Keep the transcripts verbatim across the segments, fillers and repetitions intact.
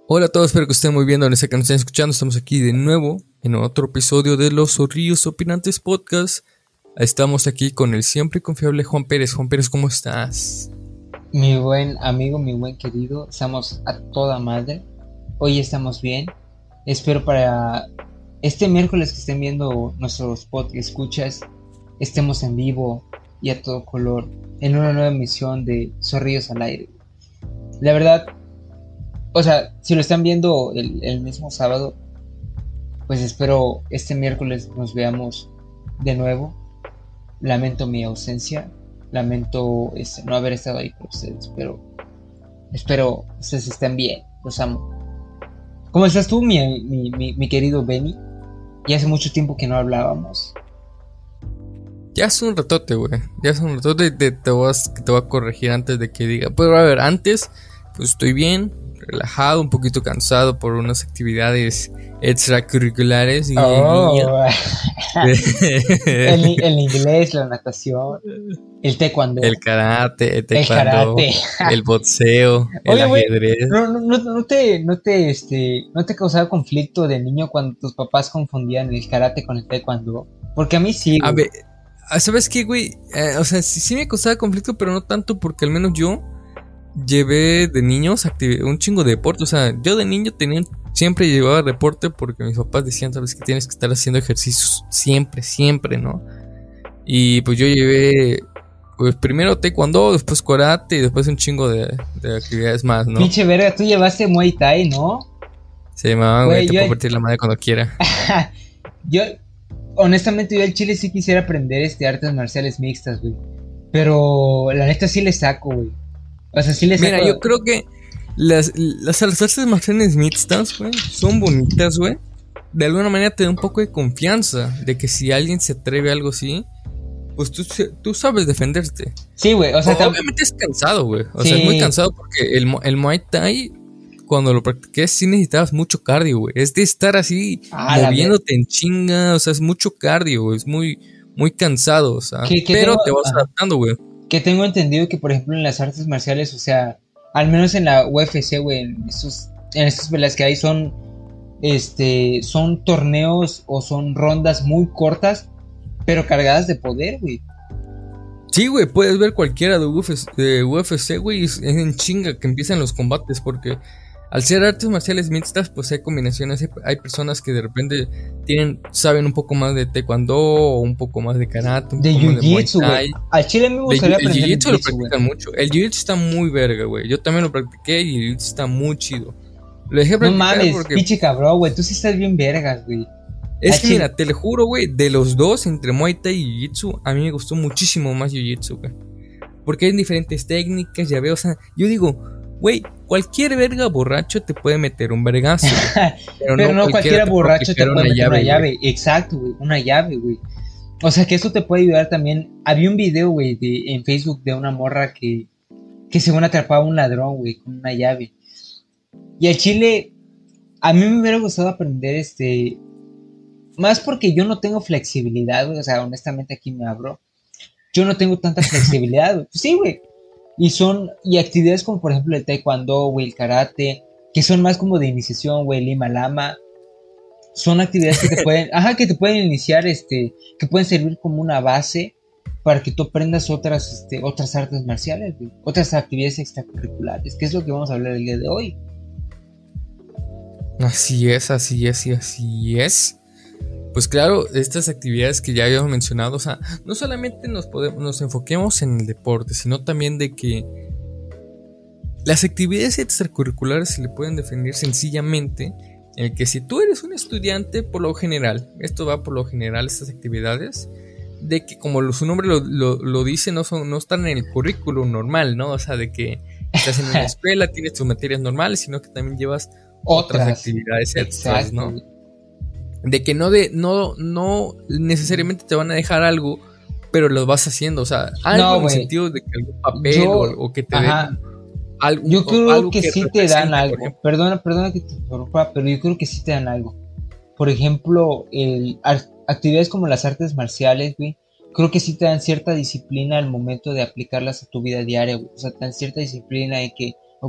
Hola a todos, espero que estén muy bien donde sea que nos estén escuchando. Estamos aquí de nuevo en otro episodio de Los Zorrillos Opinantes Podcast. Estamos aquí con el siempre confiable Juan Pérez. Juan Pérez, ¿cómo estás? Mi buen amigo, mi buen querido, estamos a toda madre. Hoy estamos bien. Espero para este miércoles que estén viendo nuestros podcast escuchas, estemos en vivo y a todo color en una nueva emisión de Zorrillos al Aire. La verdad, o sea, si lo están viendo el, el mismo sábado, pues espero este miércoles nos veamos de nuevo. Lamento mi ausencia, lamento este, no haber estado ahí por ustedes, pero espero ustedes estén bien, los amo. ¿Cómo estás tú, mi, mi, mi, mi querido Benny? Ya hace mucho tiempo que no hablábamos. Ya es un ratote, güey. Ya es un ratote. Te, te, voy a, te voy a corregir antes de que diga. Pero a ver, antes, pues estoy bien, relajado, un poquito cansado por unas actividades extracurriculares. Y Oh. el, el inglés, la natación, el taekwondo, el karate, el taekwondo, el, karate. el boxeo, el Oye, ajedrez. No, no, no, no te, no te, este, no te causaba conflicto de niño cuando tus papás confundían el karate con el taekwondo, porque a mí sí. A ver, ¿sabes qué, güey? Eh, o sea, sí, sí me causaba conflicto, pero no tanto porque al menos yo llevé de niños un chingo de deporte. O sea, yo de niño tenía, siempre llevaba deporte porque mis papás decían, sabes que tienes que estar haciendo ejercicios siempre, siempre, ¿no? Y pues yo llevé, pues primero taekwondo, después karate y después un chingo de, de actividades más, ¿no? Pinche verga, tú llevaste Muay Thai, ¿no? Sí, mamá, güey, te yo... puedo partir la madre cuando quiera. yo, honestamente, yo al chile sí quisiera aprender este artes marciales mixtas, güey. Pero la neta sí le saco, güey. O sea, sí le saco. Mira, yo creo que las, las, las artes marciales mixtas, güey, son bonitas, güey. De alguna manera te da un poco de confianza de que si alguien se atreve a algo así, pues tú, tú sabes defenderte. Sí, güey, o sea, o, obviamente es cansado, güey. O sí. sea, es muy cansado porque el, el Muay Thai, cuando lo practiqué, sí necesitabas mucho cardio, güey. Es de estar así, ah, moviéndote en chinga, o sea, es mucho cardio, güey. Es muy, muy cansado, o sea. ¿Qué, qué pero tengo? Te vas adaptando, güey. Que tengo entendido que, por ejemplo, en las artes marciales, o sea, al menos en la U F C, güey, en, esos, en estas peleas que hay son, este, son torneos o son rondas muy cortas, pero cargadas de poder, güey. Sí, güey, puedes ver cualquiera de U F C, de U F C, güey, es en chinga que empiezan los combates, porque al ser artes marciales mixtas, pues hay combinaciones, hay, hay personas que de repente tienen, saben un poco más de taekwondo, o un poco más de karate, un de poco más de Muay Thai. Al chile me gustaría de, aprender el jiu-jitsu lo practican wey. mucho, el jiu-jitsu está muy verga, güey, yo también lo practiqué y el jiu-jitsu está muy chido. Lo dejé no mames, porque... pinche cabrón, güey, tú sí estás bien vergas, güey. Es que mira, te lo juro, güey, de los dos, entre Muay Thai y Jiu-Jitsu, a mí me gustó muchísimo más Jiu-Jitsu, güey. Porque hay diferentes técnicas, ya veo, o sea, yo digo, güey, cualquier verga borracho te puede meter un vergazo, pero, pero no, no cualquiera borracho te puede una meter llave, una llave, güey. Exacto, güey, una llave, güey. O sea, que eso te puede ayudar también. Había un video, güey, de, en Facebook de una morra que, que según atrapaba a un ladrón, güey, con una llave. Y al chile, a mí me hubiera gustado aprender este... Más porque yo no tengo flexibilidad, güey. O sea, honestamente aquí me abro. Yo no tengo tanta flexibilidad, güey. Pues sí, güey. Y son... Y actividades como, por ejemplo, el taekwondo, güey, el karate. Que son más como de iniciación, güey. Lima Lama. Son actividades que te pueden... ajá, que te pueden iniciar, este... Que pueden servir como una base para que tú aprendas otras, este... otras artes marciales, güey. Otras actividades extracurriculares. Que es lo que vamos a hablar el día de hoy. Así es, así es y así es. Pues claro, estas actividades que ya habíamos mencionado, o sea, no solamente nos, podemos, nos enfoquemos en el deporte, sino también de que las actividades extracurriculares se le pueden definir sencillamente en el que si tú eres un estudiante, por lo general, esto va por lo general, estas actividades, de que como su nombre lo, lo, lo dice, no, son, no están en el currículum normal, ¿no? O sea, de que estás en una escuela, tienes tus materias normales, sino que también llevas otras, otras actividades extras, ¿no? De que no de no no necesariamente te van a dejar algo, pero lo vas haciendo, o sea, algo no, en el sentido de que algún papel yo, o, o que te ajá. den algo. Yo creo algo que, que sí te dan algo. Perdona, perdona que te interrumpa, pero yo creo que sí te dan algo. Por ejemplo, el, actividades como las artes marciales, güey, creo que sí te dan cierta disciplina al momento de aplicarlas a tu vida diaria, güey. O sea, te dan cierta disciplina de que, ok,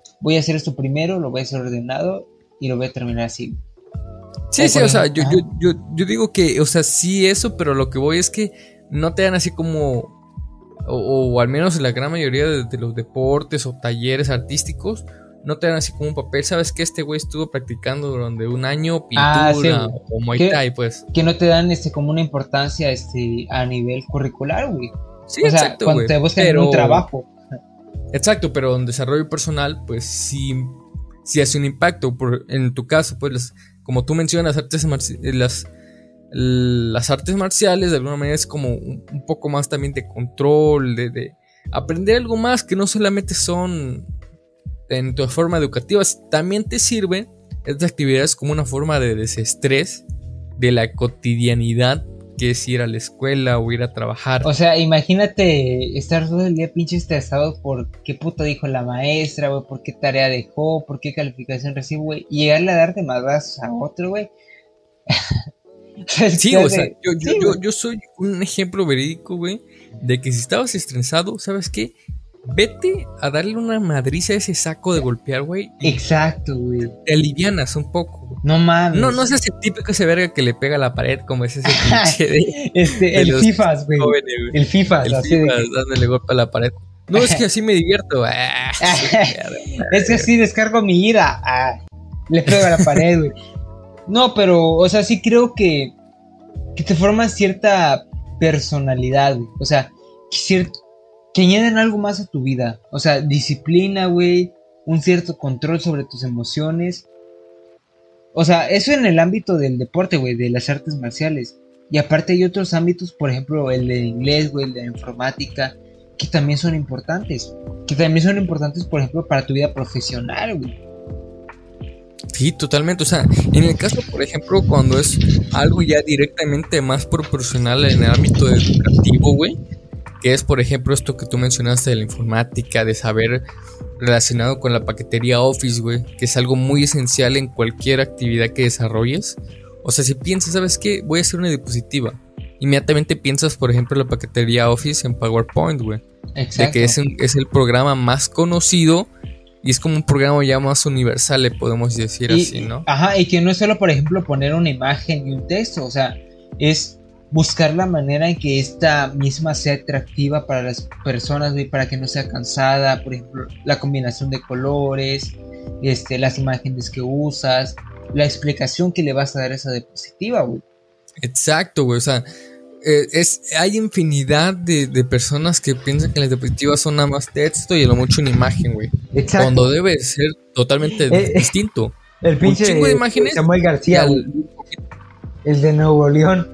voy a hacer esto primero, lo voy a hacer ordenado y lo voy a terminar así. Sí, o sí, o sea, yo, yo, yo, yo digo que, o sea, sí eso, pero lo que voy es que no te dan así como, o, o al menos en la gran mayoría de, de los deportes o talleres artísticos, no te dan así como un papel, ¿sabes que este güey estuvo practicando durante un año pintura ah, sí, o Muay Thai, pues? Que no te dan este como una importancia este a nivel curricular, güey. Sí, o exacto, sea, cuando güey, te buscan pero... un trabajo. Exacto, pero en desarrollo personal, pues sí, sí hace un impacto. Por, en tu caso, pues las, como tú mencionas, las artes, marci- las, las artes marciales de alguna manera es como un, un poco más también de control, de, de aprender algo más que no solamente son en tu forma educativa, también te sirven estas actividades como una forma de desestrés de la cotidianidad que es ir a la escuela o ir a trabajar. O sea, imagínate estar todo el día pinche estresado por qué puto dijo la maestra, güey, por qué tarea dejó, por qué calificación recibo, güey, y llegarle a darte madrazos a otro, güey. Sí, o sea, yo, yo, sí, yo, yo soy un ejemplo verídico, güey, de que si estabas estresado, ¿sabes qué? Vete a darle una madriza a ese saco de golpear, güey. Exacto, güey. Te alivianas un poco, güey. No mames. No, no es ese típico ese verga que le pega a la pared, como es ese pinche de, este, de el FIFAs, güey. Jóvenes, güey. El FIFAs, el así FIFAs, de... dándole golpe a la pared. No, es que así me divierto. Ah, es que así descargo mi ira. Ah, le pego a la pared, güey. No, pero, o sea, sí creo que, que te forma cierta personalidad, güey. O sea, cierto, que añaden algo más a tu vida. O sea, disciplina, güey. Un cierto control sobre tus emociones. O sea, eso en el ámbito del deporte, güey, de las artes marciales. Y aparte hay otros ámbitos, por ejemplo, el de inglés, güey, el de informática, que también son importantes. Que también son importantes, por ejemplo, para tu vida profesional, güey. Sí, totalmente. O sea, en el caso, por ejemplo, cuando es algo ya directamente más proporcional en el ámbito educativo, güey, que es, por ejemplo, esto que tú mencionaste de la informática, de saber relacionado con la paquetería Office, güey, que es algo muy esencial en cualquier actividad que desarrolles. O sea, si piensas, ¿sabes qué? Voy a hacer una diapositiva. Inmediatamente piensas, por ejemplo, en la paquetería Office en PowerPoint, güey. Exacto. De que es, un, es el programa más conocido y es como un programa ya más universal, le podemos decir y, así, ¿no? Ajá, y que no es solo, por ejemplo, poner una imagen y un texto, o sea, es buscar la manera en que esta misma sea atractiva para las personas, güey, para que no sea cansada, por ejemplo, la combinación de colores, este, las imágenes que usas, la explicación que le vas a dar a esa diapositiva, güey. Exacto, güey, o sea, eh, es, hay infinidad de, de personas que piensan que las diapositivas son nada más texto y a lo mucho una imagen, güey. Exacto. Cuando debe ser totalmente eh, distinto. El pinche un chingo de imágenes. Samuel García, al... el de Nuevo León.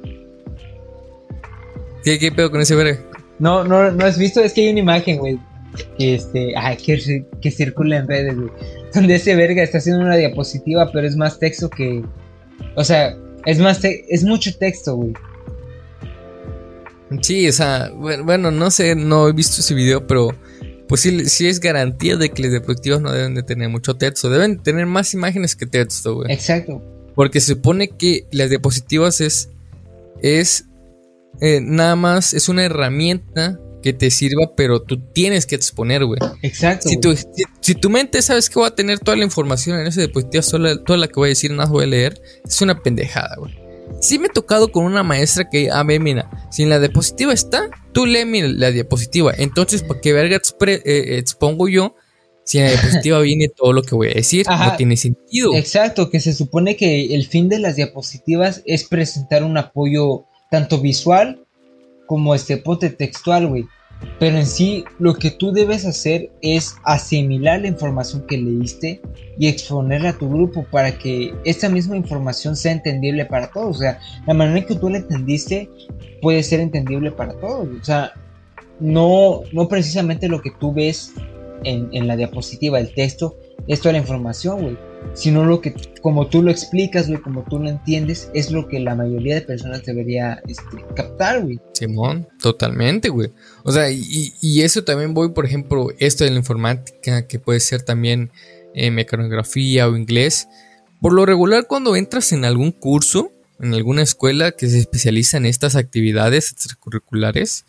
¿Qué, qué pedo con ese verga? No, no, no has visto, es que hay una imagen, güey, que este, ay, que, que circula en redes, güey, donde ese verga está haciendo una diapositiva, pero es más texto que, o sea, es más, te- es mucho texto, güey. Sí, o sea, bueno, no sé, no he visto ese video, pero pues sí, sí es garantía de que las diapositivas no deben de tener mucho texto, deben tener más imágenes que texto, güey. Exacto. Porque se supone que las diapositivas es, es eh, nada más, es una herramienta que te sirva, pero tú tienes que exponer, güey. Exacto. Si tu, si, si tu mente sabes que va a tener toda la información en esa diapositiva, solo, toda la que voy a decir, nada más voy a leer, es una pendejada, güey. Sí me he tocado con una maestra que, a ver, mira, si en la diapositiva está, tú lee mi, la diapositiva. Entonces, ¿para qué verga expre, eh, expongo yo si en la diapositiva viene todo lo que voy a decir? Ajá, no tiene sentido. Exacto, que se supone que el fin de las diapositivas es presentar un apoyo tanto visual como este pote textual, güey. Pero en sí, lo que tú debes hacer es asimilar la información que leíste y exponerla a tu grupo para que esta misma información sea entendible para todos. O sea, la manera en que tú la entendiste puede ser entendible para todos. O sea, no, no precisamente lo que tú ves en, en la diapositiva, el texto, es toda la información, güey. Sino lo que, como tú lo explicas, güey, como tú lo entiendes, es lo que la mayoría de personas debería este, captar, güey. Simón, totalmente, güey. O sea, y, y eso también voy, por ejemplo, esto de la informática, que puede ser también eh, mecanografía o inglés. Por lo regular, cuando entras en algún curso, en alguna escuela que se especializa en estas actividades extracurriculares,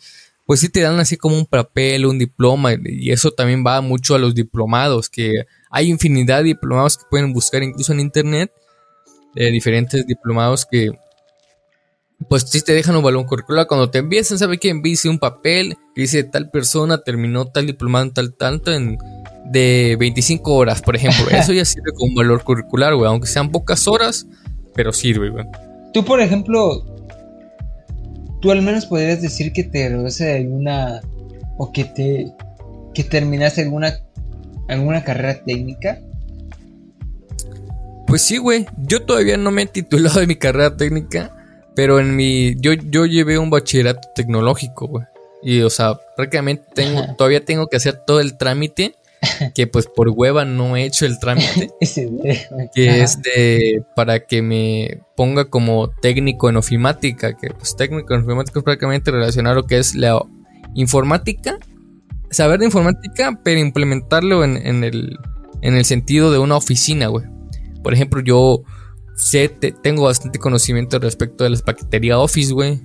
pues sí te dan así como un papel, un diploma, y eso también va mucho a los diplomados, que hay infinidad de diplomados que pueden buscar incluso en internet, eh, diferentes diplomados que pues sí te dejan un balón curricular. Cuando te empiezan, ¿sabe qué? Envíe un papel que dice tal persona terminó tal diplomado en tal tanto en de veinticinco horas, por ejemplo. Eso ya sirve como un valor curricular, güey, aunque sean pocas horas, pero sirve, güey. Tú, por ejemplo, tú al menos podrías decir que te graduaste de alguna, o que te que terminaste alguna alguna carrera técnica. Pues sí, güey. Yo todavía no me he titulado de mi carrera técnica, pero en mi yo yo llevé un bachillerato tecnológico, güey. Y o sea, prácticamente tengo Ajá. todavía tengo que hacer todo el trámite, que pues por hueva no he hecho el trámite. Que Ajá. es de para que me ponga como técnico en ofimática, que pues técnico en ofimática es prácticamente relacionado a lo que es la informática, saber de informática, pero implementarlo en, en el en el sentido de una oficina, güey. Por ejemplo, yo sé, te, tengo bastante conocimiento respecto de la paquetería Office, güey.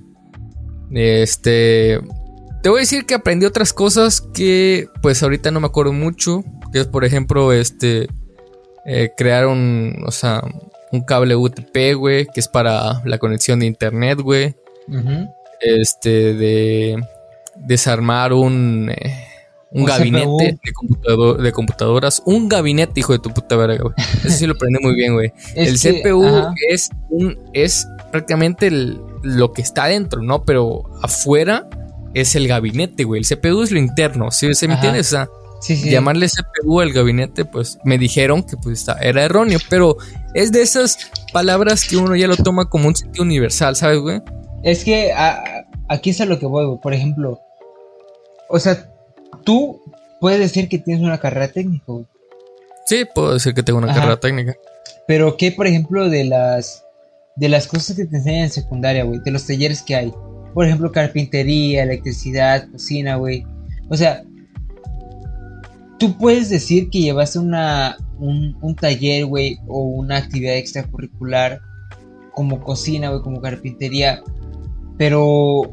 Este, te voy a decir que aprendí otras cosas que, pues, ahorita no me acuerdo mucho. Que es, por ejemplo, este, eh, crear un, o sea, un cable U T P, güey, que es para la conexión de internet, güey. Uh-huh. Este, de desarmar un... Eh, Un, un gabinete de, computador, de computadoras. Un gabinete, hijo de tu puta verga, güey. Eso sí lo aprendí muy bien, güey. El que, C P U es un es prácticamente el, lo que está adentro, ¿no? Pero afuera es el gabinete, güey. El C P U es lo interno, ¿sí se me entiende? O sea, sí, sí. Llamarle C P U al gabinete, pues me dijeron que pues era erróneo. Pero es de esas palabras que uno ya lo toma como un sentido universal, ¿sabes, güey? Es que a, aquí es a lo que voy, güey. Por ejemplo, o sea, tú puedes decir que tienes una carrera técnica, güey. Sí, puedo decir que tengo una Ajá. carrera técnica. Pero ¿qué, por ejemplo, de las de las cosas que te enseñan en secundaria, güey? De los talleres que hay. Por ejemplo, carpintería, electricidad, cocina, güey. O sea, tú puedes decir que llevaste una un, un taller, güey, o una actividad extracurricular como cocina, güey, como carpintería, pero...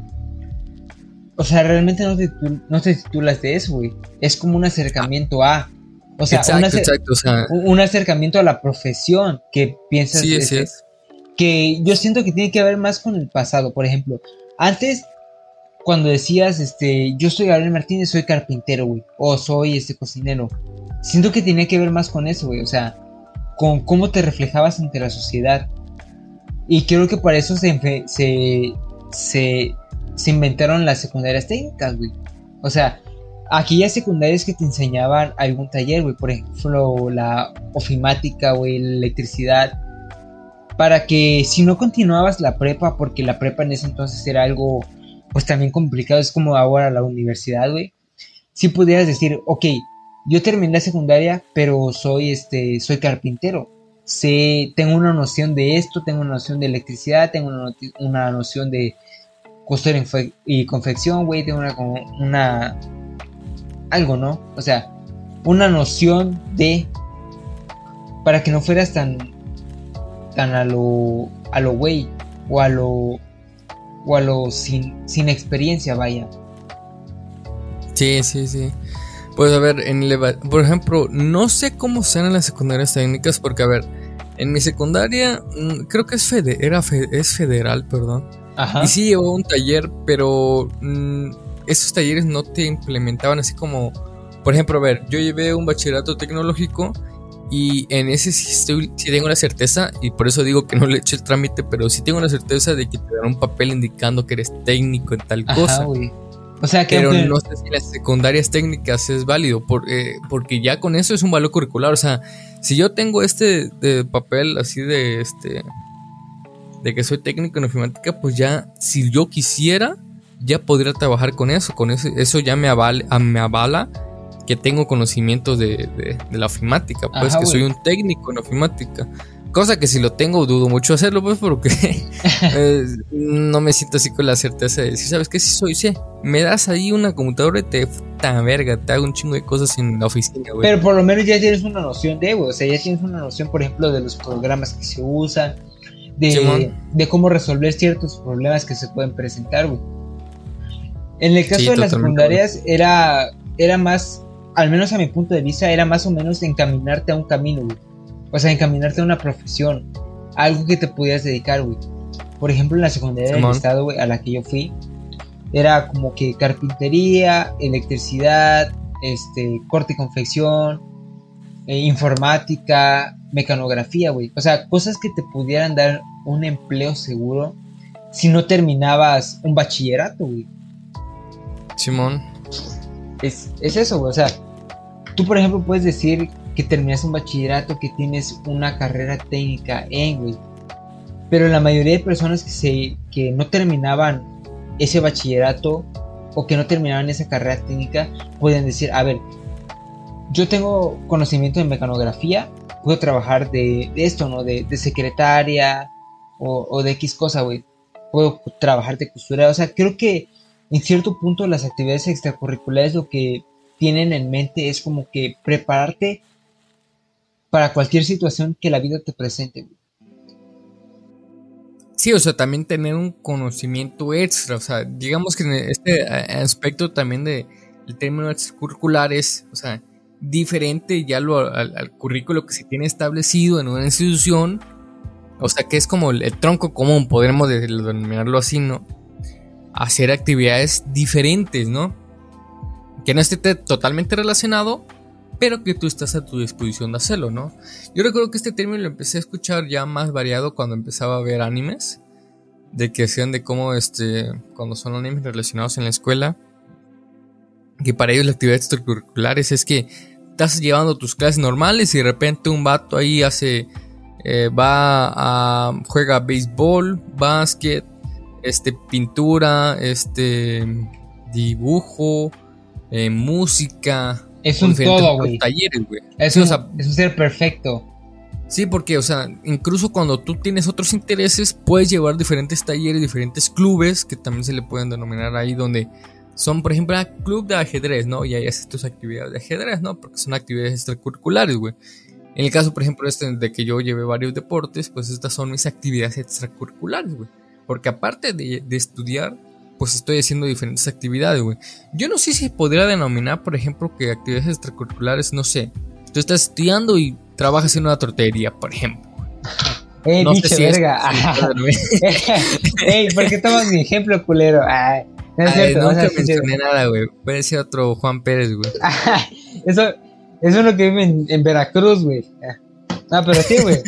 O sea, realmente no te, no te titulas de eso, güey. Es como un acercamiento a... O sea, exacto, un, acer- exacto, o sea, un acercamiento a la profesión que piensas... Sí, este, es. Que yo siento que tiene que ver más con el pasado. Por ejemplo, antes, cuando decías, este, yo soy Gabriel Martínez, soy carpintero, güey. O soy, este, cocinero. Siento que tenía que ver más con eso, güey. O sea, con cómo te reflejabas ante la sociedad. Y creo que por eso se... se, se se inventaron las secundarias técnicas, güey. O sea, aquellas secundarias que te enseñaban algún taller, güey. Por ejemplo, la ofimática, güey, la electricidad. Para que si no continuabas la prepa, porque la prepa en ese entonces era algo, pues también complicado. Es como ahora la universidad, güey. Si pudieras decir, ok, yo terminé la secundaria, pero soy, este, soy carpintero. Sé, tengo una noción de esto, tengo una noción de electricidad, tengo una, una noción de... costura y confección, güey, tengo una, una, algo, ¿no? O sea, una noción de, para que no fueras tan, tan a lo, a lo güey, o a lo, o a lo sin, sin experiencia, vaya. Sí, sí, sí. Pues a ver, en el, por ejemplo, no sé cómo serán las secundarias técnicas, porque a ver, en mi secundaria, creo que es, fede, era fe, es federal, perdón. Ajá. Y sí llevó un taller, pero mmm, esos talleres no te implementaban así como... Por ejemplo, a ver, yo llevé un bachillerato tecnológico y en ese sí, estoy, sí tengo la certeza, y por eso digo que no le he hecho el trámite, pero sí tengo la certeza de que te dan un papel indicando que eres técnico en tal cosa. Ajá, güey. O sea que... Pero no sé si las secundarias técnicas es válido, por, eh, porque ya con eso es un valor curricular. O sea, si yo tengo este de papel así de este... de que soy técnico en ofimática, pues ya, si yo quisiera, ya podría trabajar con eso, con eso, eso ya me avala, me avala que tengo conocimientos de, de, de la ofimática, pues. Ajá, que wey. Soy un técnico en ofimática, cosa que si lo tengo dudo mucho hacerlo, pues, porque eh, no me siento así con la certeza de decir, ¿sabes qué? Si soy, sí, me das ahí una computadora y te, puta verga, te hago un chingo de cosas en la oficina, güey. Pero por lo menos ya tienes una noción de, güey, o sea, ya tienes una noción, por ejemplo, de los programas que se usan, De, de cómo resolver ciertos problemas que se pueden presentar, güey. En el caso sí, de las secundarias era, era más, al menos a mi punto de vista, era más o menos encaminarte a un camino, güey. O sea, encaminarte a una profesión, a algo que te pudieras dedicar, güey. Por ejemplo, en la secundaria Simón. del estado, güey, a la que yo fui, era como que carpintería, electricidad, este, corte y confección, eh, informática, mecanografía, güey. O sea, cosas que te pudieran dar un empleo seguro si no terminabas un bachillerato, güey. Simón. Es, es eso, güey. O sea, tú, por ejemplo, puedes decir que terminas un bachillerato, que tienes una carrera técnica en, güey. Pero la mayoría de personas que, se, que no terminaban ese bachillerato o que no terminaban esa carrera técnica pueden decir, a ver, yo tengo conocimiento de mecanografía, puedo trabajar de, de esto, ¿no? De, de secretaria o, o de X cosa, güey. Puedo trabajar de costura. O sea, creo que en cierto punto las actividades extracurriculares lo que tienen en mente es como que prepararte para cualquier situación que la vida te presente, güey. Sí, o sea, también tener un conocimiento extra, o sea, digamos que en este aspecto también de el término extracurricular es, o sea, diferente ya lo, al, al currículo que se tiene establecido en una institución, o sea, que es como el, el tronco común, podríamos denominarlo así, ¿no? Hacer actividades diferentes, ¿no? Que no esté totalmente relacionado, pero que tú estás a tu disposición de hacerlo, ¿no? Yo recuerdo que este término lo empecé a escuchar ya más variado cuando empezaba a ver animes, de que decían de cómo, este, cuando son animes relacionados en la escuela, que para ellos las actividades extracurriculares es que estás llevando tus clases normales y de repente un vato ahí hace, eh, va a, juega béisbol, básquet, este, pintura, este, dibujo, eh, música. Es un todo, güey. Talleres, güey. Es, sí, un, o sea, es un ser perfecto. Sí, porque, o sea, incluso cuando tú tienes otros intereses, puedes llevar diferentes talleres, diferentes clubes, que también se le pueden denominar ahí, donde son, por ejemplo, el club de ajedrez, ¿no? Y ahí haces tus actividades de ajedrez, ¿no? Porque son actividades extracurriculares, güey. En el caso, por ejemplo, este de que yo llevé varios deportes, pues estas son mis actividades extracurriculares, güey. Porque aparte de, de estudiar, pues estoy haciendo diferentes actividades, güey. Yo no sé si podría denominar, por ejemplo, que actividades extracurriculares, no sé. Tú estás estudiando y trabajas en una tortería, por ejemplo. ¡Ey, no bicho, sé si verga! ¡Ey, ¿por qué tomas mi ejemplo, culero? Ay, no es Ay, cierto, nunca o sea, mencioné sí, nada, güey. Puede ser otro Juan Pérez, güey. Eso, eso es lo que vive en, en Veracruz, güey. No, pero sí, güey.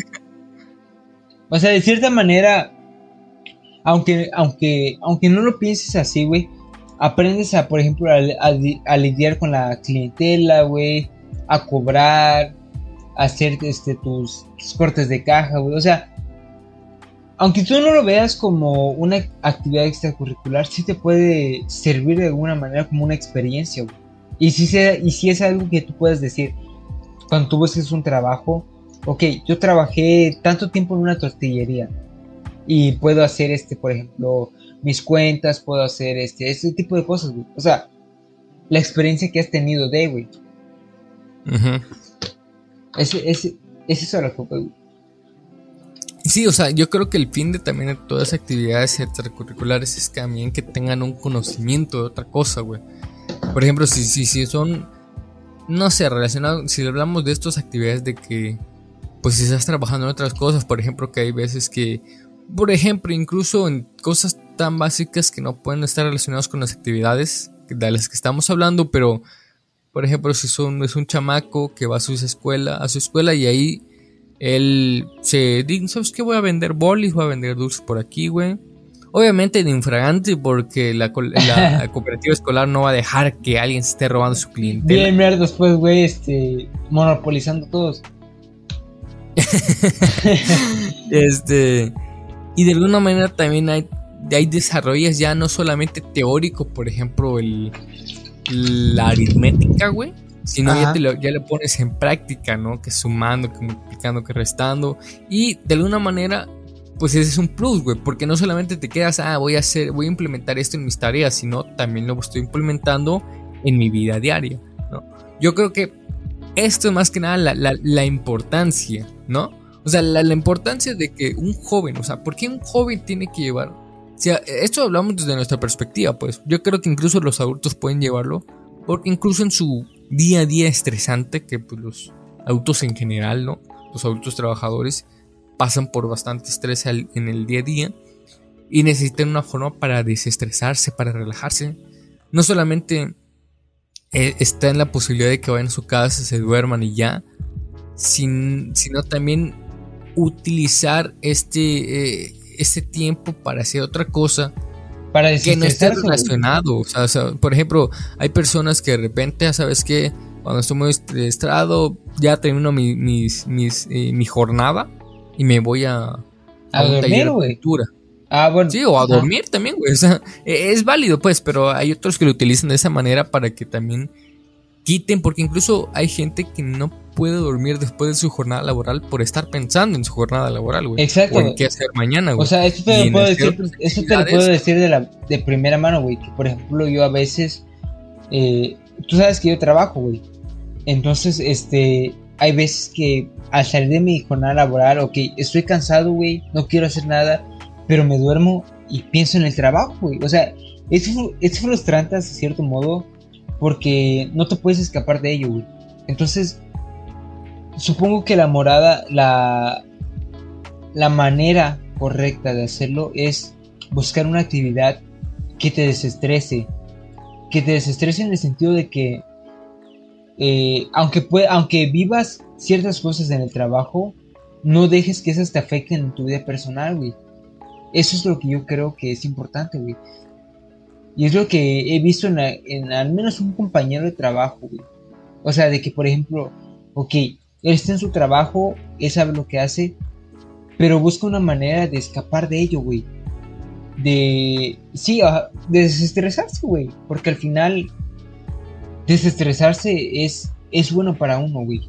O sea, de cierta manera, aunque, aunque, aunque no lo pienses así, güey, aprendes a, por ejemplo, a, a, a lidiar con la clientela, güey, a cobrar, a hacer este, tus, tus cortes de caja, güey. O sea, aunque tú no lo veas como una actividad extracurricular, sí te puede servir de alguna manera como una experiencia, güey. Y si, sea, y si es algo que tú puedes decir, cuando tú busques un trabajo, ok, yo trabajé tanto tiempo en una tortillería y puedo hacer, este, por ejemplo, mis cuentas, puedo hacer este, este tipo de cosas, güey. O sea, la experiencia que has tenido de, güey. Uh-huh. Es, es, es eso lo que, güey. Sí, o sea, yo creo que el fin de también de todas las actividades extracurriculares es también que tengan un conocimiento de otra cosa, güey. Por ejemplo, si, si, si son, no sé, relacionados, si hablamos de estas actividades de que, pues si estás trabajando en otras cosas, por ejemplo, que hay veces que, por ejemplo, incluso en cosas tan básicas que no pueden estar relacionadas con las actividades de las que estamos hablando, pero, por ejemplo, si son, es un chamaco que va a su escuela, a su escuela y ahí él se dice, ¿sabes qué? Voy a vender bolis, voy a vender dulces por aquí, güey. Obviamente de infragante porque la, la cooperativa escolar no va a dejar que alguien se esté robando su clientela. Bien, mierda, después, güey, este, monopolizando todos. este, y de alguna manera también hay, hay desarrollos ya no solamente teórico, por ejemplo, el, la aritmética, güey. Sino ya, te lo, ya le pones en práctica, ¿no? Que sumando, que multiplicando, que restando. Y de alguna manera, pues ese es un plus, güey. Porque no solamente te quedas, ah, voy a hacer, voy a implementar esto en mis tareas, sino también lo estoy implementando en mi vida diaria, ¿no? Yo creo que esto es más que nada la, la, la importancia, ¿no? O sea, la, la importancia de que un joven, o sea, ¿por qué un joven tiene que llevar Si esto hablamos desde nuestra perspectiva, pues yo creo que incluso los adultos pueden llevarlo, porque incluso en su día a día estresante, que pues los adultos en general, ¿no? Los adultos trabajadores pasan por bastante estrés al, en el día a día y necesitan una forma para desestresarse, para relajarse. No solamente eh, está en la posibilidad de que vayan a su casa, se duerman y ya, sin, sino también utilizar este, eh, este tiempo para hacer otra cosa para que no esté relacionado. O sea, o sea, por ejemplo, hay personas que de repente, ¿sabes qué? Cuando estoy muy estresado, ya termino mi, mis, mis, eh, mi jornada y me voy a, a, a un dormir, güey. Ah, bueno. Sí, o a Ajá. dormir también, güey. O sea, es válido, pues, pero hay otros que lo utilizan de esa manera para que también quiten, porque incluso hay gente que no puede dormir después de su jornada laboral por estar pensando en su jornada laboral, güey. Exacto. O en qué hacer mañana, güey. O sea, esto te lo puedo decir, esto te lo puedo decir de, la, de primera mano, güey. Que por ejemplo, yo a veces, eh, tú sabes que yo trabajo, güey. Entonces, este, hay veces que al salir de mi jornada laboral, ok, estoy cansado, güey, no quiero hacer nada, pero me duermo y pienso en el trabajo, güey. O sea, es, es frustrante, de cierto modo, porque no te puedes escapar de ello, güey. Entonces, supongo que la morada, la, la manera correcta de hacerlo es buscar una actividad que te desestrese. Que te desestrese en el sentido de que, eh, aunque, puede, aunque vivas ciertas cosas en el trabajo, no dejes que esas te afecten en tu vida personal, güey. Eso es lo que yo creo que es importante, güey. Y es lo que he visto en, la, en al menos un compañero de trabajo, güey. O sea, de que, por ejemplo, ok, él está en su trabajo, él sabe lo que hace, pero busca una manera de escapar de ello, güey. De, sí, de desestresarse, güey. Porque al final, desestresarse es, es bueno para uno, güey.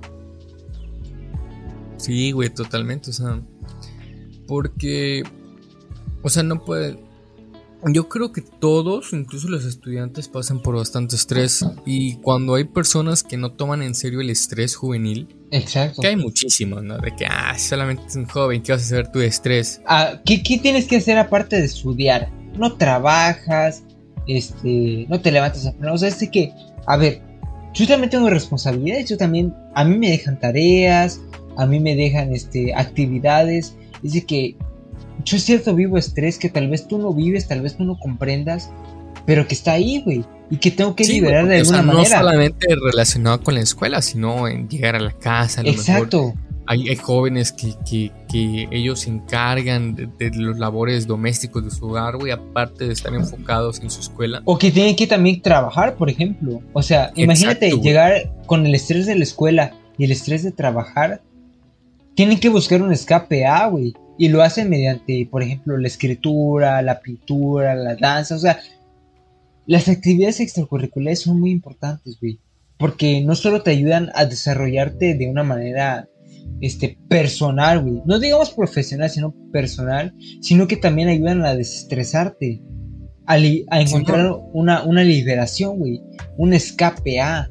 Sí, güey, totalmente, o sea, porque, o sea, no puede... Yo creo que todos, incluso los estudiantes, pasan por bastante estrés. Y cuando hay personas que no toman en serio el estrés juvenil, exacto, que hay muchísimos, ¿no? De que, ah, solamente es un joven, ¿qué vas a hacer tú de estrés? Ah, ¿qué, ¿Qué tienes que hacer aparte de estudiar? No trabajas, este, no te levantas a pleno. O sea, es de que, a ver, yo también tengo responsabilidades, yo también, a mí me dejan tareas, a mí me dejan, este, actividades. Es de que yo es cierto vivo estrés que tal vez tú no vives, tal vez tú no comprendas, pero que está ahí, güey, y que tengo que sí, liberar güey, de alguna o sea, manera. No solamente relacionado con la escuela, sino en llegar a la casa. A lo exacto. Mejor hay, hay jóvenes que, que, que ellos se encargan de, de los labores domésticos de su hogar, güey, aparte de estar enfocados en su escuela. O que tienen que también trabajar, por ejemplo. O sea, imagínate exacto, llegar güey. Con el estrés de la escuela y el estrés de trabajar. Tienen que buscar un escape A, güey. Y lo hacen mediante, por ejemplo, la escritura, la pintura, la danza. O sea, las actividades extracurriculares son muy importantes, güey. Porque no solo te ayudan a desarrollarte de una manera este, personal, güey. No digamos profesional, sino personal. Sino que también ayudan a desestresarte. A, li- a encontrar sí, no. una, una liberación, güey. Un escape A.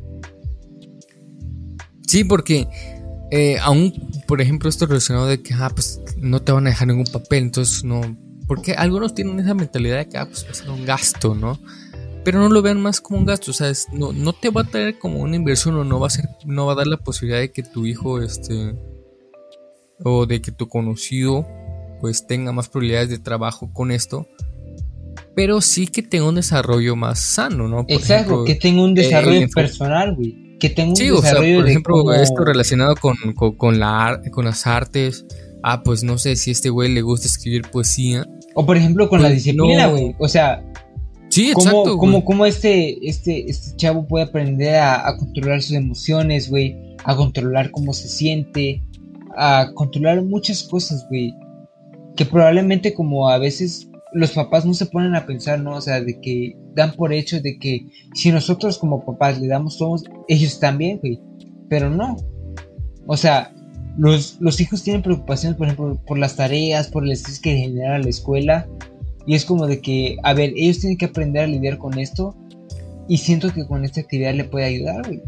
Sí, porque... Eh, aún, por ejemplo, esto relacionado de que, ah, pues no te van a dejar ningún papel, entonces no. Porque algunos tienen esa mentalidad de que, ah, pues va a ser un gasto, ¿no? Pero no lo vean más como un gasto, o sea, es, no, no te va a traer como una inversión o no va a ser, no va a dar la posibilidad de que tu hijo, este, o de que tu conocido, pues tenga más probabilidades de trabajo con esto. Pero sí que tenga un desarrollo más sano, ¿no? Por Exacto, ejemplo, que tenga un desarrollo eh, personal, güey. Que tenga un sí, desarrollo, o sea, por de ejemplo, cómo... esto relacionado con, con, con, la, con las artes. Ah, pues no sé si a este güey le gusta escribir poesía. O por ejemplo con pues la disciplina, güey. No. O sea, sí, cómo, exacto, cómo, cómo este, este, este chavo puede aprender a, a controlar sus emociones, güey. A controlar cómo se siente. A controlar muchas cosas, güey. Que probablemente como a veces los papás no se ponen a pensar, ¿no? O sea, de que dan por hecho de que si nosotros como papás le damos todos, ellos también, güey. Pero no. O sea, los, los hijos tienen preocupaciones, por ejemplo, por las tareas, por el estrés que genera la escuela. Y es como de que, a ver, ellos tienen que aprender a lidiar con esto. Y siento que con esta actividad le puede ayudar, güey.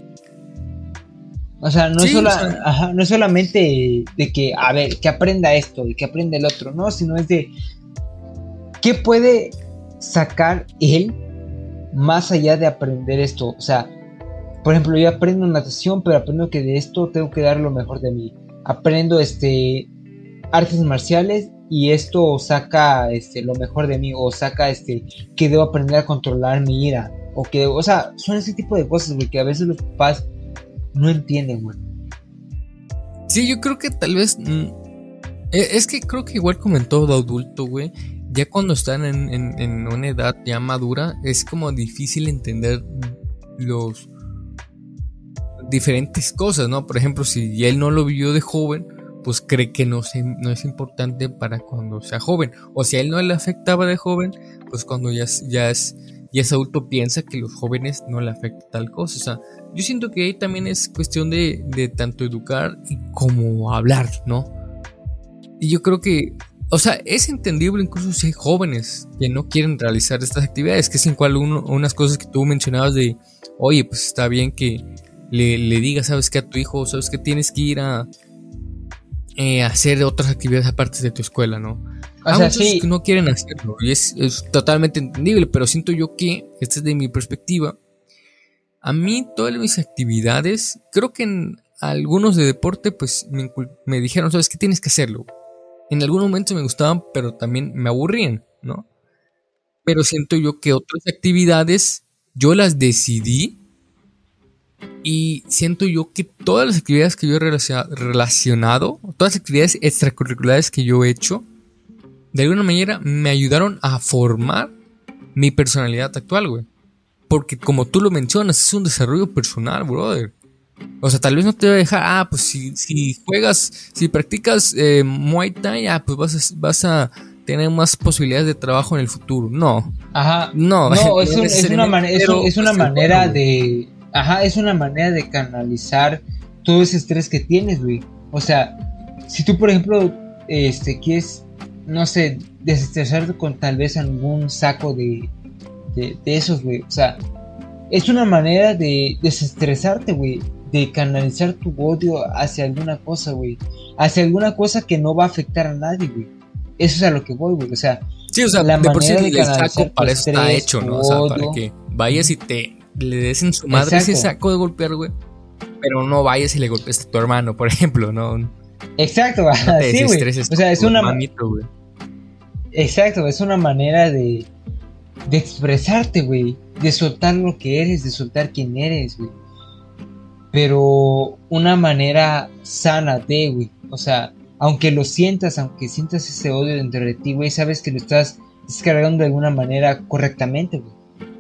O sea, no, sí, es sola, o sea, ajá, no es solamente de que, a ver, que aprenda esto y que aprenda el otro, ¿no? Sino es de... ¿qué puede sacar él más allá de aprender esto? O sea, por ejemplo, yo aprendo natación, pero aprendo que de esto tengo que dar lo mejor de mí. Aprendo este artes marciales y esto saca este lo mejor de mí, o saca este que debo aprender a controlar mi ira, o que, o sea, son ese tipo de cosas, güey, que a veces los papás no entienden, güey. Sí, yo creo que tal vez mm, es que creo que igual como en todo adulto, güey, ya cuando están en, en, en una edad ya madura, es como difícil entender los diferentes cosas, ¿no? Por ejemplo, si él no lo vio de joven, pues cree que no, se, no es importante para cuando sea joven. O si a él no le afectaba de joven, pues cuando ya, ya, es, ya es adulto piensa que a los jóvenes no le afecta tal cosa. O sea, yo siento que ahí también es cuestión de, de tanto educar y como hablar, ¿no? Y yo creo que, o sea, es entendible incluso si hay jóvenes que no quieren realizar estas actividades, que es en cual uno, unas cosas que tú mencionabas de, oye, pues está bien que le, le digas, sabes que a tu hijo, sabes que tienes que ir a eh, hacer otras actividades aparte de tu escuela, ¿no? Hay muchos sí. que no quieren hacerlo y es, es totalmente entendible, pero siento yo que, esta es de mi perspectiva, a mí todas mis actividades, creo que en algunos de deporte, pues me, me dijeron, sabes que tienes que hacerlo. En algún momento me gustaban, pero también me aburrían, ¿no? Pero siento yo que otras actividades yo las decidí y siento yo que todas las actividades que yo he relacionado, todas las actividades extracurriculares que yo he hecho, de alguna manera me ayudaron a formar mi personalidad actual, güey. Porque como tú lo mencionas, es un desarrollo personal, brother. O sea, tal vez no te va a dejar, ah, pues si, si juegas, si practicas eh, Muay Thai, ah, pues vas a, vas a tener más posibilidades de trabajo en el futuro. No. Ajá. No, no es, un, es una, man- es un, es una manera bueno, de... Ajá, es una manera de canalizar todo ese estrés que tienes, güey. O sea, si tú, por ejemplo, este, quieres, no sé, desestresarte con tal vez algún saco de, de, de esos, güey. O sea, es una manera de desestresarte, güey. De canalizar tu odio hacia alguna cosa, güey. Hacia alguna cosa que no va a afectar a nadie, güey. Eso es a lo que voy, güey. O sea, sí, o sea, la de por sí el saco para eso está hecho, ¿no? O sea, para que vayas y te le des en su madre Exacto. ese saco de golpear, güey. Pero no vayas y le golpees a tu hermano, por ejemplo, ¿no? Exacto, no te sí, güey. O sea, es una manito, güey. Exacto, es una manera de de expresarte, güey. De soltar lo que eres, de soltar quién eres, güey. Pero una manera sana de, güey. O sea, aunque lo sientas, aunque sientas ese odio dentro de ti, güey, sabes que lo estás descargando de alguna manera correctamente, güey.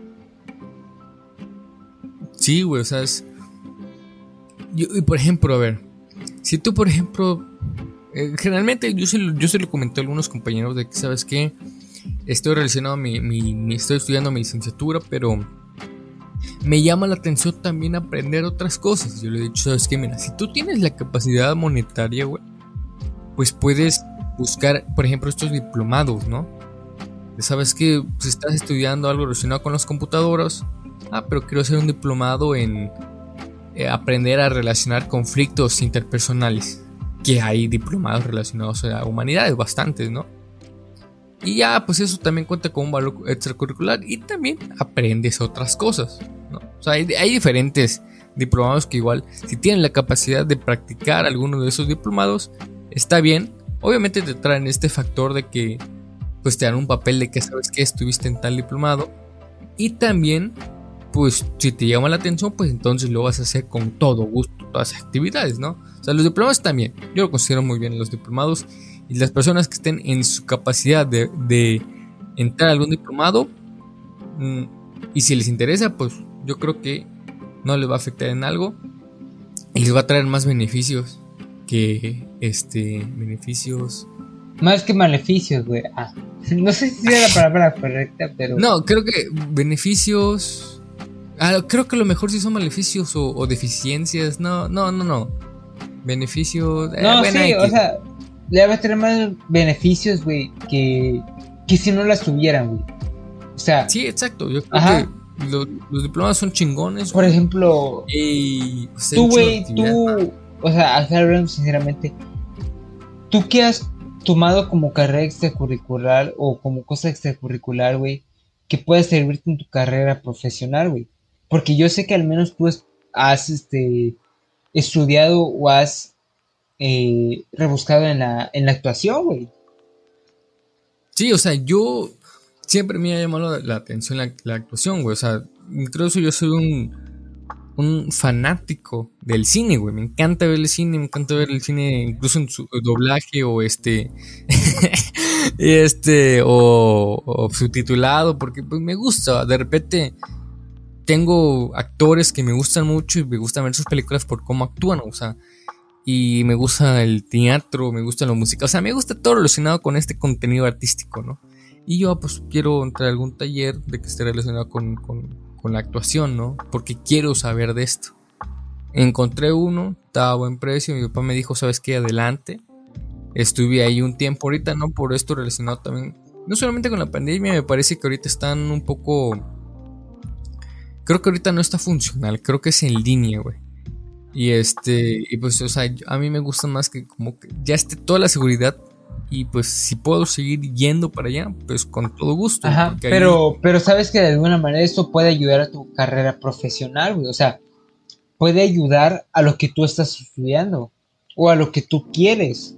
Sí, güey, o sea, es... Yo, y por ejemplo, a ver, si tú, por ejemplo, eh, generalmente yo se, yo se lo comenté a algunos compañeros de que, ¿sabes qué? Estoy relacionado, mi, mi, mi, estoy estudiando mi licenciatura, pero me llama la atención también aprender otras cosas. Yo le he dicho, ¿sabes qué? Mira, si tú tienes la capacidad monetaria, güey, pues puedes buscar, por ejemplo, estos diplomados, ¿no? ¿Sabes qué? Pues estás estudiando algo relacionado con las computadoras. Ah, pero quiero hacer un diplomado en eh, aprender a relacionar conflictos interpersonales. Que hay diplomados relacionados a humanidades, bastantes, ¿no? Y ya, pues eso también cuenta con un valor extracurricular. Y también aprendes otras cosas, ¿no? O sea, hay, hay diferentes diplomados que igual, si tienen la capacidad de practicar alguno de esos diplomados, está bien. Obviamente te traen este factor de que pues te dan un papel de que sabes que estuviste en tal diplomado. Y también, pues si te llama la atención, pues entonces lo vas a hacer con todo gusto, todas las actividades, ¿no? O sea, los diplomados también, yo lo considero muy bien los diplomados. Y las personas que estén en su capacidad de, de entrar a algún diplomado, mmm, y si les interesa, pues yo creo que no les va a afectar en algo y les va a traer más beneficios que este beneficios. Más que maleficios, güey. Ah, no sé si es la palabra correcta, pero no, creo que beneficios. Ah, creo que lo mejor sí son maleficios o, o deficiencias. No, no, no, no. Beneficios. Eh, no, sí, X. O sea. Le va a tener más beneficios, güey, que, que si no las tuvieran, güey. O sea... Sí, exacto. Yo creo ajá. que lo, los diplomados son chingones. Por ejemplo... Y, pues, tú, güey, tú... O sea, hablando sinceramente... ¿Tú qué has tomado como carrera extracurricular o como cosa extracurricular, güey, que pueda servirte en tu carrera profesional, güey? Porque yo sé que al menos tú has este, estudiado o has eh, rebuscado en la, en la actuación, güey. Sí, o sea, yo siempre me ha llamado la, la atención la, la actuación, güey. O sea, incluso yo soy un, un fanático del cine, güey. Me encanta ver el cine, me encanta ver el cine incluso en su doblaje o este, este, o, o subtitulado, porque pues me gusta. De repente tengo actores que me gustan mucho y me gustan ver sus películas por cómo actúan, o sea, y me gusta el teatro, me gusta la música, o sea, me gusta todo relacionado con este contenido artístico, ¿no? Y yo pues quiero entrar a algún taller de que esté relacionado con, con, con la actuación, ¿no? Porque quiero saber de esto. Encontré uno, estaba a buen precio, mi papá me dijo, ¿sabes qué? Adelante. Estuve ahí un tiempo, ahorita no, por esto relacionado también, no solamente con la pandemia, me parece que ahorita están un poco... Creo que ahorita no está funcional, creo que es en línea, güey. Y este, y pues, o sea, a mí me gusta más que como que ya esté toda la seguridad. Y pues, si puedo seguir yendo para allá, pues con todo gusto. Ajá, pero, ahí... pero sabes que de alguna manera esto puede ayudar a tu carrera profesional, güey. O sea, puede ayudar a lo que tú estás estudiando o a lo que tú quieres.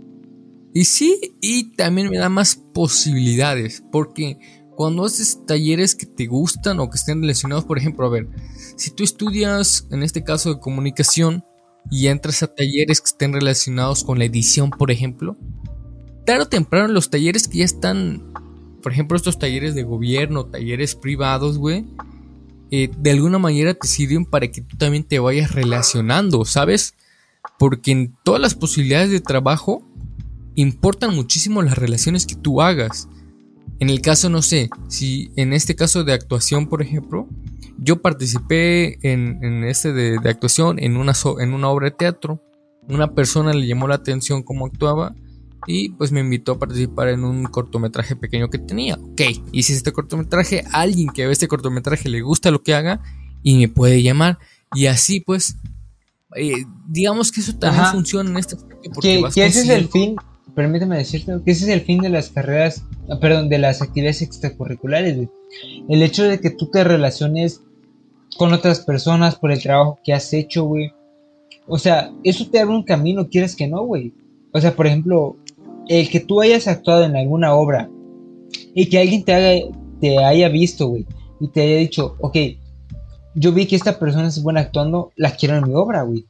Y sí, y también me da más posibilidades, porque cuando haces talleres que te gustan o que estén relacionados, por ejemplo, a ver, si tú estudias, en este caso de comunicación, y entras a talleres que estén relacionados con la edición, por ejemplo, tarde o temprano los talleres que ya están, por ejemplo, estos talleres de gobierno, talleres privados, güey, eh, de alguna manera te sirven para que tú también te vayas relacionando, ¿sabes? Porque en todas las posibilidades de trabajo importan muchísimo las relaciones que tú hagas. En el caso, no sé, si en este caso de actuación, por ejemplo, yo participé en, en este de, de actuación en una, so, en una obra de teatro. Una persona le llamó la atención cómo actuaba y pues me invitó a participar en un cortometraje pequeño que tenía. Ok, hice este cortometraje, a alguien que ve este cortometraje le gusta lo que haga y me puede llamar. Y así pues, eh, digamos que eso también Ajá. funciona en este aspecto. Porque que, que ese es el fin, permíteme decirte, que ese es el fin de las carreras, perdón, de las actividades extracurriculares, güey. El hecho de que tú te relaciones con otras personas por el trabajo que has hecho, güey. O sea, eso te abre un camino, quieres que no, güey. O sea, por ejemplo, el que tú hayas actuado en alguna obra y que alguien te, haga, te haya visto, güey, y te haya dicho, ok, yo vi que esta persona es buena actuando, la quiero en mi obra, güey.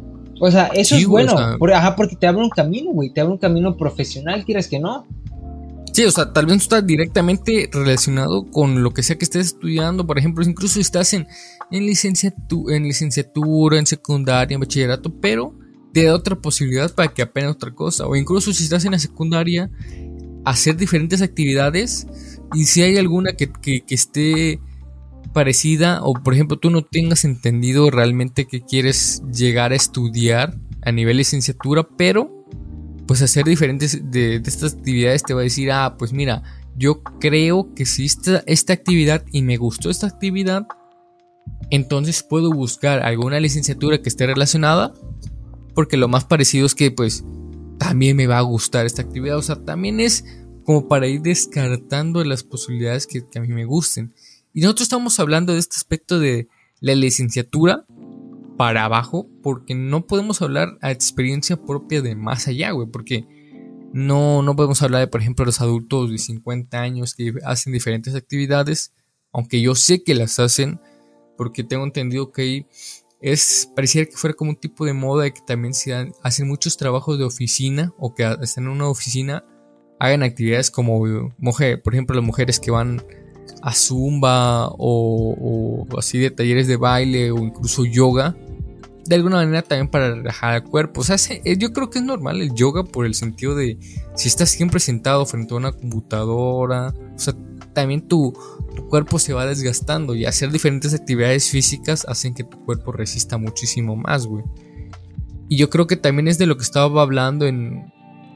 O sea, eso sí, es bueno, o sea, por, ajá, porque te abre un camino, güey, te abre un camino profesional, quieres que no. Sí, o sea, tal vez está directamente relacionado con lo que sea que estés estudiando. Por ejemplo, incluso si estás en, en, licenciatura, en licenciatura, en secundaria, en bachillerato, pero te da otra posibilidad para que aprendas otra cosa. O incluso si estás en la secundaria, hacer diferentes actividades. Y si hay alguna que, que, que esté parecida, o por ejemplo tú no tengas entendido realmente que quieres llegar a estudiar a nivel licenciatura, pero pues hacer diferentes de, de estas actividades te va a decir, ah, pues mira, yo creo que si esta, esta actividad y me gustó esta actividad, entonces puedo buscar alguna licenciatura que esté relacionada, porque lo más parecido es que pues también me va a gustar esta actividad. O sea, también es como para ir descartando las posibilidades que, que a mí me gusten. Y nosotros estamos hablando de este aspecto de la licenciatura para abajo, porque no podemos hablar a experiencia propia de más allá, güey, porque no, no podemos hablar de, por ejemplo, los adultos de cincuenta años que hacen diferentes actividades, aunque yo sé que las hacen, porque tengo entendido que es, pareciera que fuera como un tipo de moda de que también se dan, hacen muchos trabajos de oficina, o que están en una oficina, hagan actividades como mujer, por ejemplo, las mujeres que van a zumba o, o así de talleres de baile o incluso yoga, de alguna manera también para relajar el cuerpo. O sea, yo creo que es normal el yoga por el sentido de si estás siempre sentado frente a una computadora, o sea, también tu, tu cuerpo se va desgastando, y hacer diferentes actividades físicas hacen que tu cuerpo resista muchísimo más, güey. Y yo creo que también es de lo que estaba hablando en,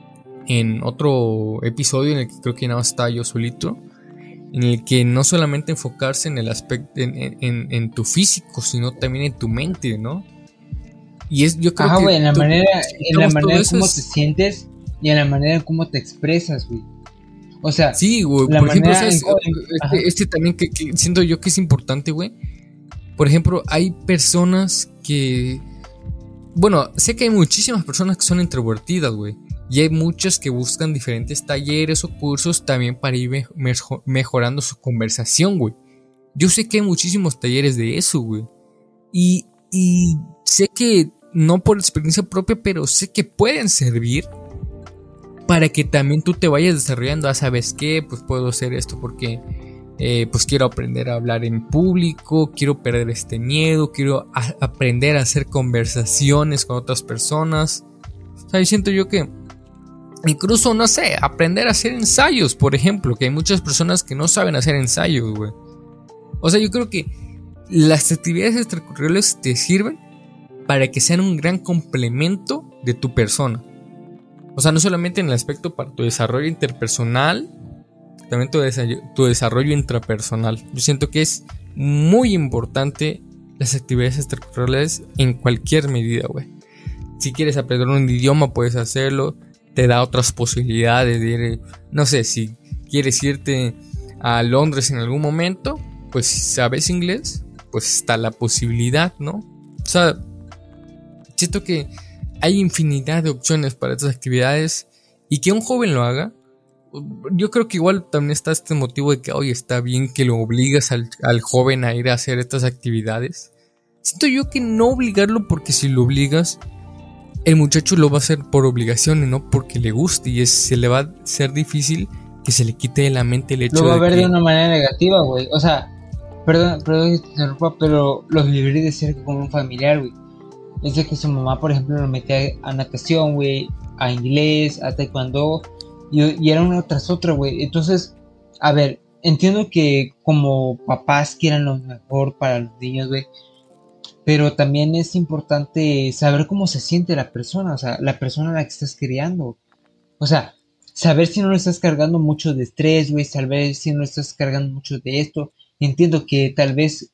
en otro episodio en el que creo que nada más estaba yo solito, en el que no solamente enfocarse en el aspecto en, en, en tu físico, sino también en tu mente, ¿no? Y es, yo creo Ajá, que güey, en la manera, en la manera como te sientes y en la manera en cómo te expresas, güey. O sea, sí, güey, por ejemplo, ¿sabes? Este, este también que, que siento yo que es importante, güey. Por ejemplo, hay personas que... Bueno, sé que hay muchísimas personas que son introvertidas, güey. Y hay muchas que buscan diferentes talleres o cursos también para ir me- mejo- mejorando su conversación, güey. Yo sé que hay muchísimos talleres de eso, güey. Y, y sé que, no por experiencia propia, pero sé que pueden servir para que también tú te vayas desarrollando. Ah, ¿sabes qué? Pues puedo hacer esto porque eh, pues quiero aprender a hablar en público, quiero perder este miedo, quiero a- aprender a hacer conversaciones con otras personas. O sea, yo siento yo que incluso, no sé, aprender a hacer ensayos, por ejemplo, que hay muchas personas que no saben hacer ensayos, güey. O sea, yo creo que las actividades extracurriculares te sirven para que sean un gran complemento de tu persona. O sea, no solamente en el aspecto para tu desarrollo interpersonal, también tu, desa- tu desarrollo intrapersonal. Yo siento que es muy importante las actividades extracurriculares en cualquier medida, güey. Si quieres aprender un idioma, puedes hacerlo. Te da otras posibilidades de ir, no sé, si quieres irte a Londres en algún momento, pues si sabes inglés, pues está la posibilidad, ¿no? O sea, siento que hay infinidad de opciones para estas actividades y que un joven lo haga. Yo creo que igual también está este motivo de que, oye, está bien que lo obligas al, al joven a ir a hacer estas actividades. Siento yo que no obligarlo, porque si lo obligas, el muchacho lo va a hacer por obligación y no porque le guste, y es, se le va a ser difícil que se le quite de la mente el hecho de lo va a ver que... de una manera negativa, güey. O sea, perdón, perdón que te interrumpa, pero lo viví de cerca con un familiar, güey. Es de que su mamá, por ejemplo, lo metía a natación, güey, a inglés, a taekwondo, y, y era una tras otra, güey. Entonces, a ver, entiendo que como papás quieran lo mejor para los niños, güey, pero también es importante saber cómo se siente la persona, o sea, la persona a la que estás criando. O sea, saber si no le estás cargando mucho de estrés, güey, saber si no le estás cargando mucho de esto. Entiendo que tal vez,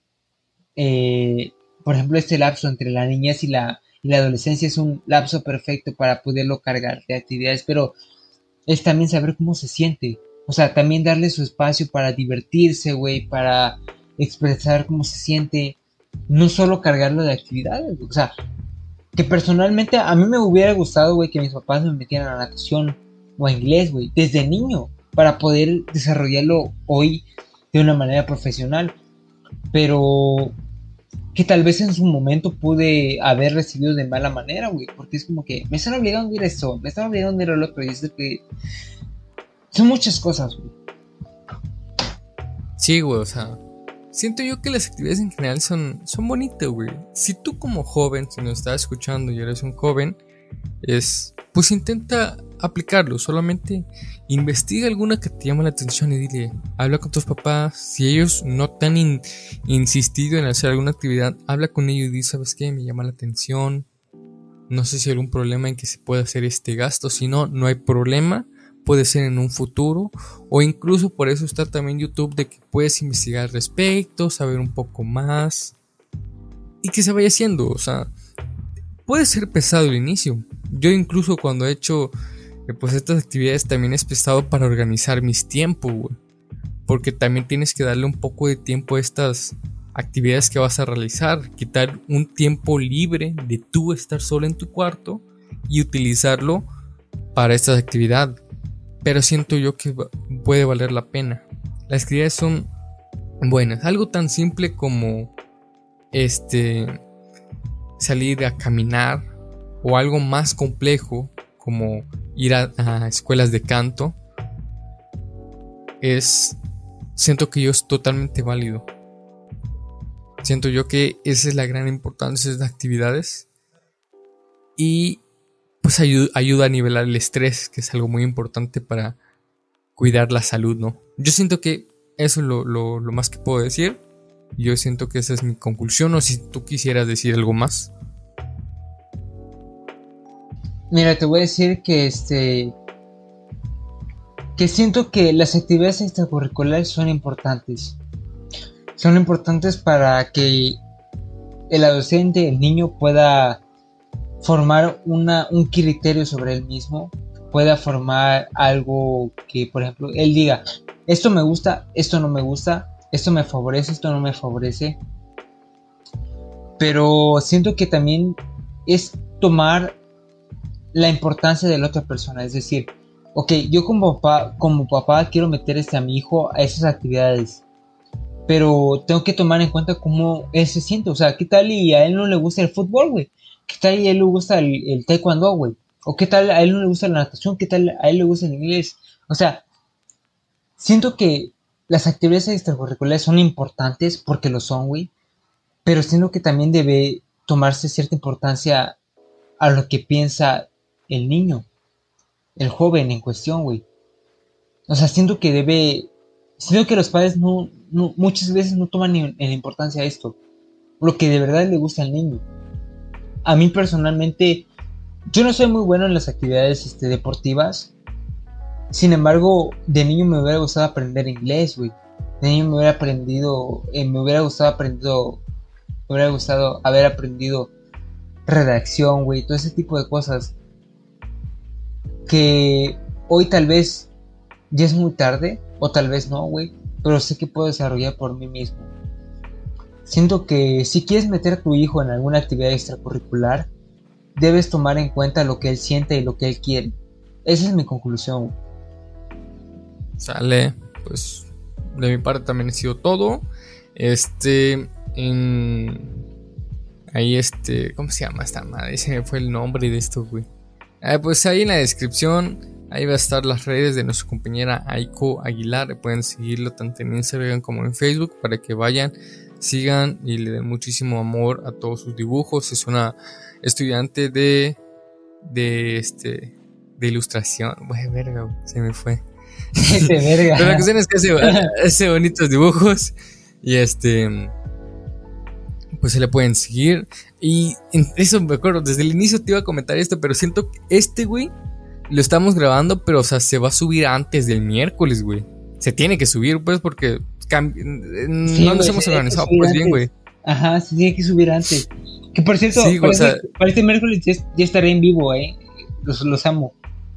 eh, por ejemplo, este lapso entre la niñez y la, y la adolescencia es un lapso perfecto para poderlo cargar de actividades, pero es también saber cómo se siente. O sea, también darle su espacio para divertirse, güey, para expresar cómo se siente. No solo cargarlo de actividades, o sea, que personalmente a mí me hubiera gustado, güey, que mis papás me metieran a natación o a inglés, güey, desde niño, para poder desarrollarlo hoy de una manera profesional. Pero que tal vez en su momento pude haber recibido de mala manera, güey, porque es como que me están obligando a ir a esto, me están obligando a ir al otro, y es de que son muchas cosas, güey. Sí, güey, o sea, siento yo que las actividades en general son, son bonitas, güey. Si tú como joven, si nos estás escuchando y eres un joven, es, pues intenta aplicarlo. Solamente investiga alguna que te llame la atención y dile, habla con tus papás. Si ellos no te han in, insistido en hacer alguna actividad, habla con ellos y di, ¿sabes qué? Me llama la atención. No sé si hay algún problema en que se pueda hacer este gasto. Si no, no hay problema. Puede ser en un futuro, o incluso por eso está también YouTube, de que puedes investigar al respecto, saber un poco más y que se vaya haciendo. O sea, puede ser pesado el inicio. Yo incluso cuando he hecho eh, pues estas actividades también es pesado para organizar mis tiempos, güey, porque también tienes que darle un poco de tiempo a estas actividades que vas a realizar, quitar un tiempo libre de tú estar solo en tu cuarto y utilizarlo para esta actividad. Pero siento yo que puede valer la pena. Las actividades son buenas. Algo tan simple como este salir a caminar, o algo más complejo como ir a, a escuelas de canto, es, siento que yo es totalmente válido. Siento yo que esa es la gran importancia de las actividades, y pues ayuda, ayuda a nivelar el estrés, que es algo muy importante para cuidar la salud, ¿no? Yo siento que eso es lo, lo, lo más que puedo decir. Yo siento que esa es mi conclusión, o si tú quisieras decir algo más. Mira, te voy a decir que este que siento que las actividades extracurriculares son importantes. Son importantes para que el adolescente, el niño, pueda formar una, un criterio sobre él mismo, pueda formar algo que, por ejemplo, él diga, esto me gusta, esto no me gusta, esto me favorece, esto no me favorece. Pero siento que también es tomar la importancia de la otra persona, es decir, ok, yo como papá, como papá quiero meter este a mi hijo a esas actividades, pero tengo que tomar en cuenta cómo él se siente, o sea, ¿qué tal y a él no le gusta el fútbol, güey? ¿Qué tal y a él le gusta el, el taekwondo, güey? ¿O qué tal a él no le gusta la natación? ¿Qué tal a él le gusta el inglés? O sea, siento que las actividades extracurriculares son importantes porque lo son, güey, pero siento que también debe tomarse cierta importancia a lo que piensa el niño, el joven en cuestión, güey. O sea, siento que debe, siento que los padres no, no muchas veces no toman en, en importancia esto, lo que de verdad le gusta al niño. A mí personalmente, yo no soy muy bueno en las actividades este, deportivas. Sin embargo, de niño me hubiera gustado aprender inglés, güey. De niño me hubiera aprendido, eh, me hubiera gustado aprendido, me hubiera gustado haber aprendido redacción, güey, todo ese tipo de cosas que hoy tal vez ya es muy tarde, o tal vez no, güey, pero sé que puedo desarrollar por mí mismo. Siento que si quieres meter a tu hijo en alguna actividad extracurricular, debes tomar en cuenta lo que él siente y lo que él quiere. Esa es mi conclusión. Sale, pues de mi parte también ha sido todo. Este, en... Ahí este, ¿cómo se llama esta madre? Ese me fue el nombre de esto, güey. Ah, pues ahí en la descripción, ahí va a estar las redes de nuestra compañera Aiko Aguilar. Pueden seguirlo tanto en Instagram como en Facebook para que vayan, sigan y le den muchísimo amor a todos sus dibujos. Es una estudiante de, de este, de ilustración. Güey, verga, güey, se me fue. Verga. Pero la cuestión es que hace, hace bonitos dibujos y este... pues se le pueden seguir. Y eso me acuerdo, desde el inicio te iba a comentar esto, pero siento que este, güey, lo estamos grabando, pero o sea, se va a subir antes del miércoles, güey. Se tiene que subir, pues, porque cambi- Sí, no nos güey, hemos sí, organizado, hay que subir pues bien, antes. güey. Ajá, sí, tiene que subir antes. Que por cierto, Sí, güey, para, o sea- este, para este miércoles ya, ya estaré en vivo, eh. Los, los amo.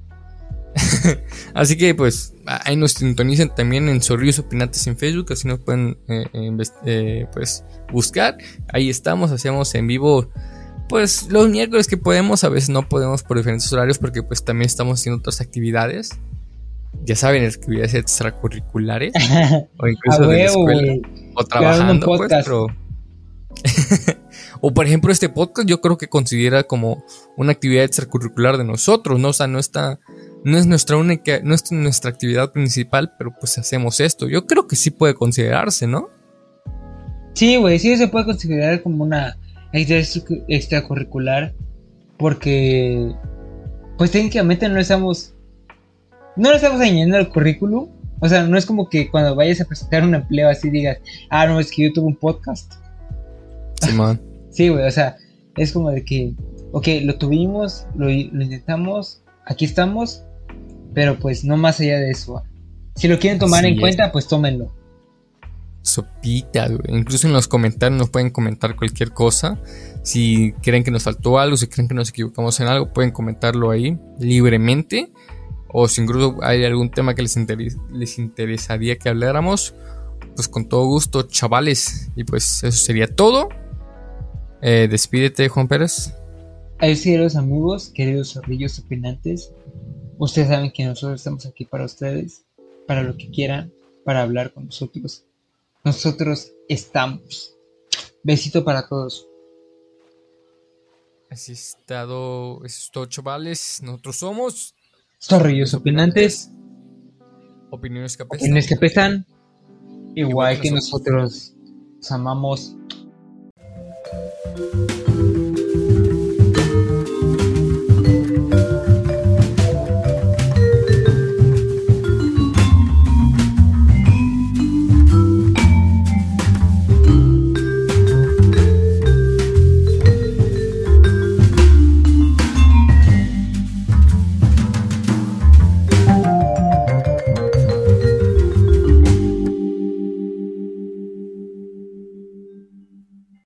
Así que pues ahí nos sintonicen también en Zorrillos Opinantes en Facebook, así nos pueden eh, invest- eh, pues buscar. Ahí estamos, hacemos en vivo pues los miércoles que podemos, a veces no podemos por diferentes horarios porque pues también estamos haciendo otras actividades. Ya saben, actividades extracurriculares o incluso A de la huevo, escuela güey. o Grabando un trabajando, pues, podcast. pero o por ejemplo este podcast yo creo que considera como una actividad extracurricular de nosotros, ¿no? O sea, no está, no es nuestra única, no es nuestra actividad principal, pero pues hacemos esto. Yo creo que sí puede considerarse, ¿no? Sí, güey, sí se puede considerar como una actividad extra- extracurricular porque, pues técnicamente no estamos, no le estamos añadiendo al currículum. O sea, no es como que cuando vayas a presentar un empleo así digas, ah, no, es que yo tuve un podcast. Simón. Sí, güey, o sea, es como de que, ok, lo tuvimos, lo, lo intentamos, aquí estamos, pero pues no más allá de eso. Si lo quieren tomar Así en es. cuenta, pues tómenlo. Sopita, güey. Incluso en los comentarios nos pueden comentar cualquier cosa. Si creen que nos faltó algo, si creen que nos equivocamos en algo, pueden comentarlo ahí libremente. O si incluso hay algún tema que les, interes- les interesaría que habláramos, pues con todo gusto, chavales. Y pues eso sería todo. Eh, despídete, Juan Pérez. Adiós, queridos amigos, queridos zorrillos opinantes. Ustedes saben que nosotros estamos aquí para ustedes, para lo que quieran, para hablar con nosotros. Nosotros estamos. Besito para todos. Así es, dado, eso es todo, chavales. Nosotros somos Zorrillos opinantes, Opiniones que apestan. opiniones que pesan, igual, Igual que que nosotros. Los amamos.